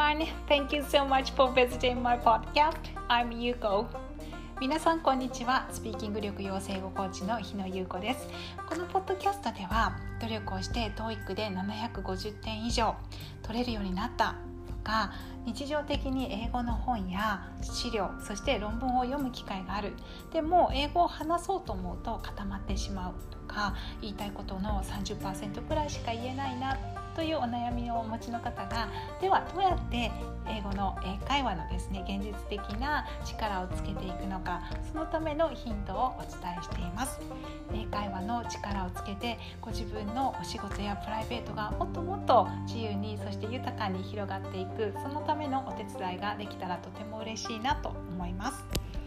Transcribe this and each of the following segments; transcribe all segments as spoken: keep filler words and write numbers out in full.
everyone. Thank you so much for visiting my podcast. I'm Yuko. 皆さんこんにちは。スピーキング力養成語コーチの日野優子です。このポッドキャストでは努力をして トーイック でななひゃくごじゅってん以上取れるようになったとか、日常的に英語の本や資料、そして論文を読む機会がある。でも英語を話そうと思うと固まってしまうとか、言いたいことの さんじゅっパーセント くらいしか言えないなというお悩みをお持ちの方が、ではどうやって英語の英会話のですね、現実的な力をつけていくのか、そのためのヒントをお伝えしています。英会話の力をつけて、ご自分のお仕事やプライベートがもっともっと自由に、そして豊かに広がっていく、そのためのお手伝いができたらとても嬉しいなと思います。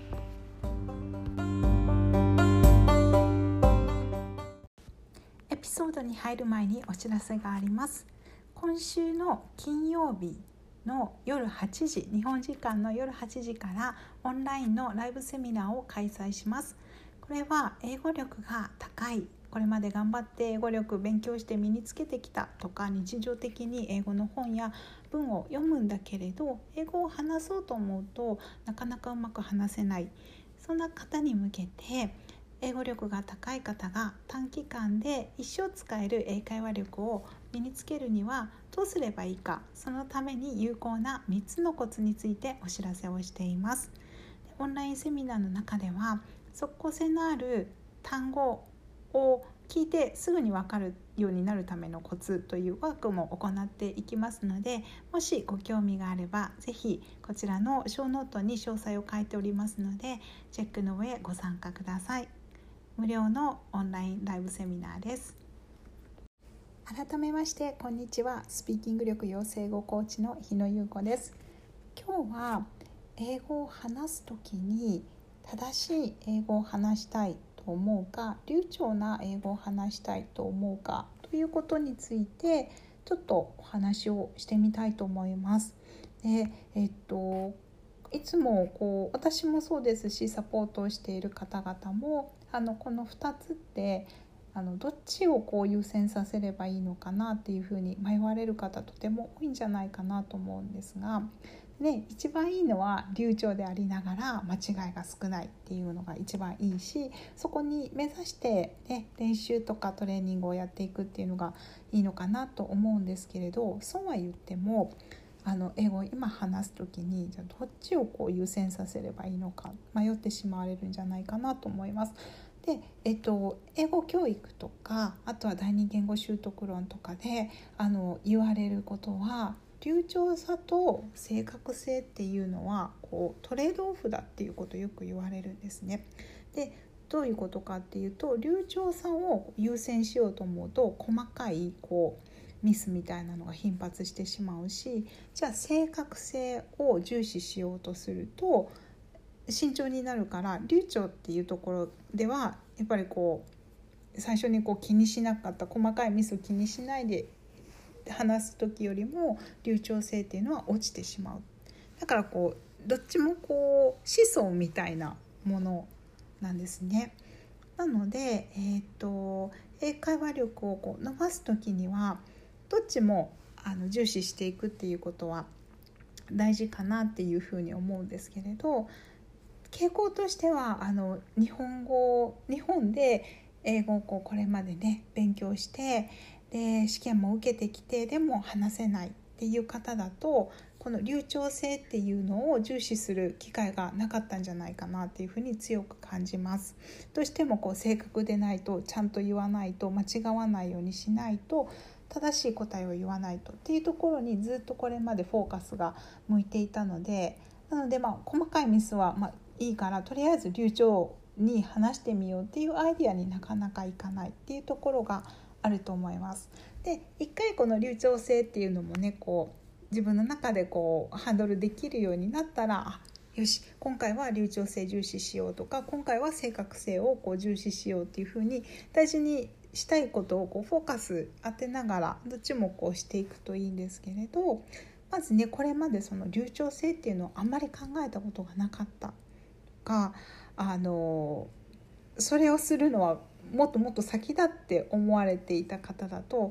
エピソードに入る前にお知らせがあります。今週の金曜日の夜はちじ、日本時間の夜はちじからオンラインのライブセミナーを開催します。これは英語力が高い、これまで頑張って英語力勉強して身につけてきたとか、日常的に英語の本や文を読むんだけれど、英語を話そうと思うとなかなかうまく話せない、そんな方に向けて、英語力が高い方が短期間で一生使える英会話力を身につけるにはどうすればいいか、そのために有効なみっつのコツについてお知らせをしています。オンラインセミナーの中では即効性のある単語を聞いてすぐに分かるようになるためのコツというワークも行っていきますので、もしご興味があればぜひこちらのショーノートに詳細を書いておりますので、チェックの上ご参加ください。無料のオンラインライブセミナーです。改めましてこんにちは。スピーキング力養成語コーチの日野優子です。今日は英語を話すときに正しい英語を話したいと思うか、流暢な英語を話したいと思うかということについてちょっとお話をしてみたいと思います。で、えっといつもこう私もそうですし、サポートをしている方々もあのこのふたつってあのどっちをこう優先させればいいのかなっていうふうに迷われる方とても多いんじゃないかなと思うんですが、ね、一番いいのは流暢でありながら間違いが少ないっていうのが一番いいし、そこに目指して、ね、練習とかトレーニングをやっていくっていうのがいいのかなと思うんですけれど、そうは言ってもあの英語を今話すときにじゃあどっちをこう優先させればいいのか迷ってしまわれるんじゃないかなと思います。で、えっと、英語教育とか、あとは第二言語習得論とかであの言われることは、流暢さと正確性っていうのはこうトレードオフだっていうことをよく言われるんですね。で、どういうことかっていうと、流暢さを優先しようと思うと細かいこうミスみたいなのが頻発してしまうし、じゃあ正確性を重視しようとすると慎重になるから、流暢っていうところではやっぱりこう最初にこう気にしなかった細かいミスを気にしないで話す時よりも流暢性っていうのは落ちてしまう。だからこうどっちもこう子孫みたいなものなんですね。なので、えーと、英会話力をこう伸ばす時にはどっちもあの重視していくっていうことは大事かなっていうふうに思うんですけれど、傾向としてはあの日本語日本で英語をこうこれまでね勉強して、で試験も受けてきてでも話せないっていう方だと、この流暢性っていうのを重視する機会がなかったんじゃないかなっていうふうに強く感じます。どうしてもこう正確でないと、ちゃんと言わないと、間違わないようにしないと、正しい答えを言わないとっていうところにずっとこれまでフォーカスが向いていたので、なのでまあ細かいミスはまあいいから、とりあえず流暢に話してみようっていうアイディアになかなかいかないっていうところがあると思います。で、一回この流暢性っていうのもね、こう自分の中でこうハンドルできるようになったら、あ、よし、今回は流暢性重視しようとか、今回は正確性をこう重視しようっていうふうに大事にしたいことをこうフォーカス当てながらどっちもこうしていくといいんですけれど、まずね、これまでその流暢性っていうのをあんまり考えたことがなかったとか、あのそれをするのはもっともっと先だって思われていた方だと、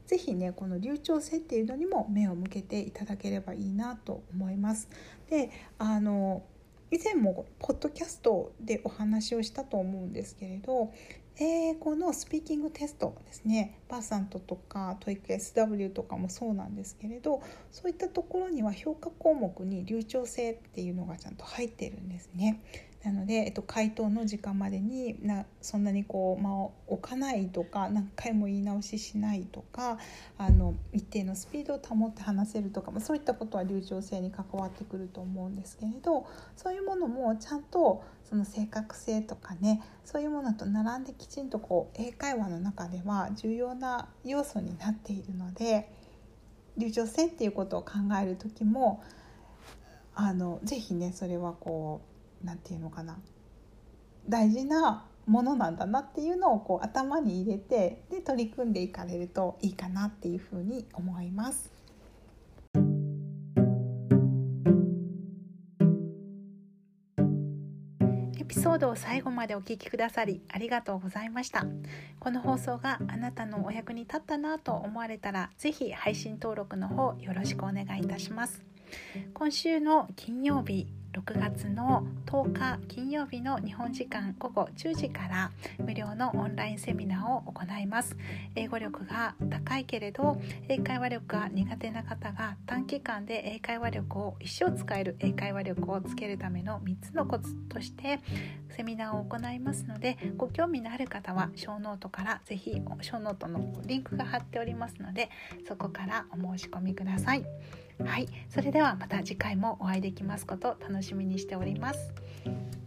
ぜひねこの流暢性っていうのにも目を向けていただければいいなと思います。であの以前もポッドキャストでお話をしたと思うんですけれど、英語のスピーキングテストですね、バーサントとか トーイックエスダブリュー とかもそうなんですけれど、そういったところには評価項目に流暢性っていうのがちゃんと入っているんですね。なので、えっと、回答の時間までになそんなにこう間を置かないとか、何回も言い直ししないとか、あの一定のスピードを保って話せるとか、まあ、そういったことは流暢性に関わってくると思うんですけれど、そういうものもちゃんとその正確性とかね、そういうものと並んできちんとこう英会話の中では重要な要素になっているので、流暢性っていうことを考える時もあのぜひねそれはこうなんていうのかな、大事なものなんだなっていうのをこう頭に入れて、で取り組んでいかれるといいかなっていうふうに思います。エピソードを最後までお聞きくださりありがとうございました。この放送があなたのお役に立ったなと思われたら、ぜひ配信登録の方よろしくお願いいたします。今週の金曜日ろくがつのとおか金曜日の日本時間ごごじゅうじから無料のオンラインセミナーを行います。英語力が高いけれど英会話力が苦手な方が短期間で英会話力を一生使える英会話力をつけるためのみっつのコツとしてセミナーを行いますので、ご興味のある方はショーノートからぜひショーノートのリンクが貼っておりますので、そこからお申し込みください。はい、それではまた次回もお会いできますことを楽しみにしております。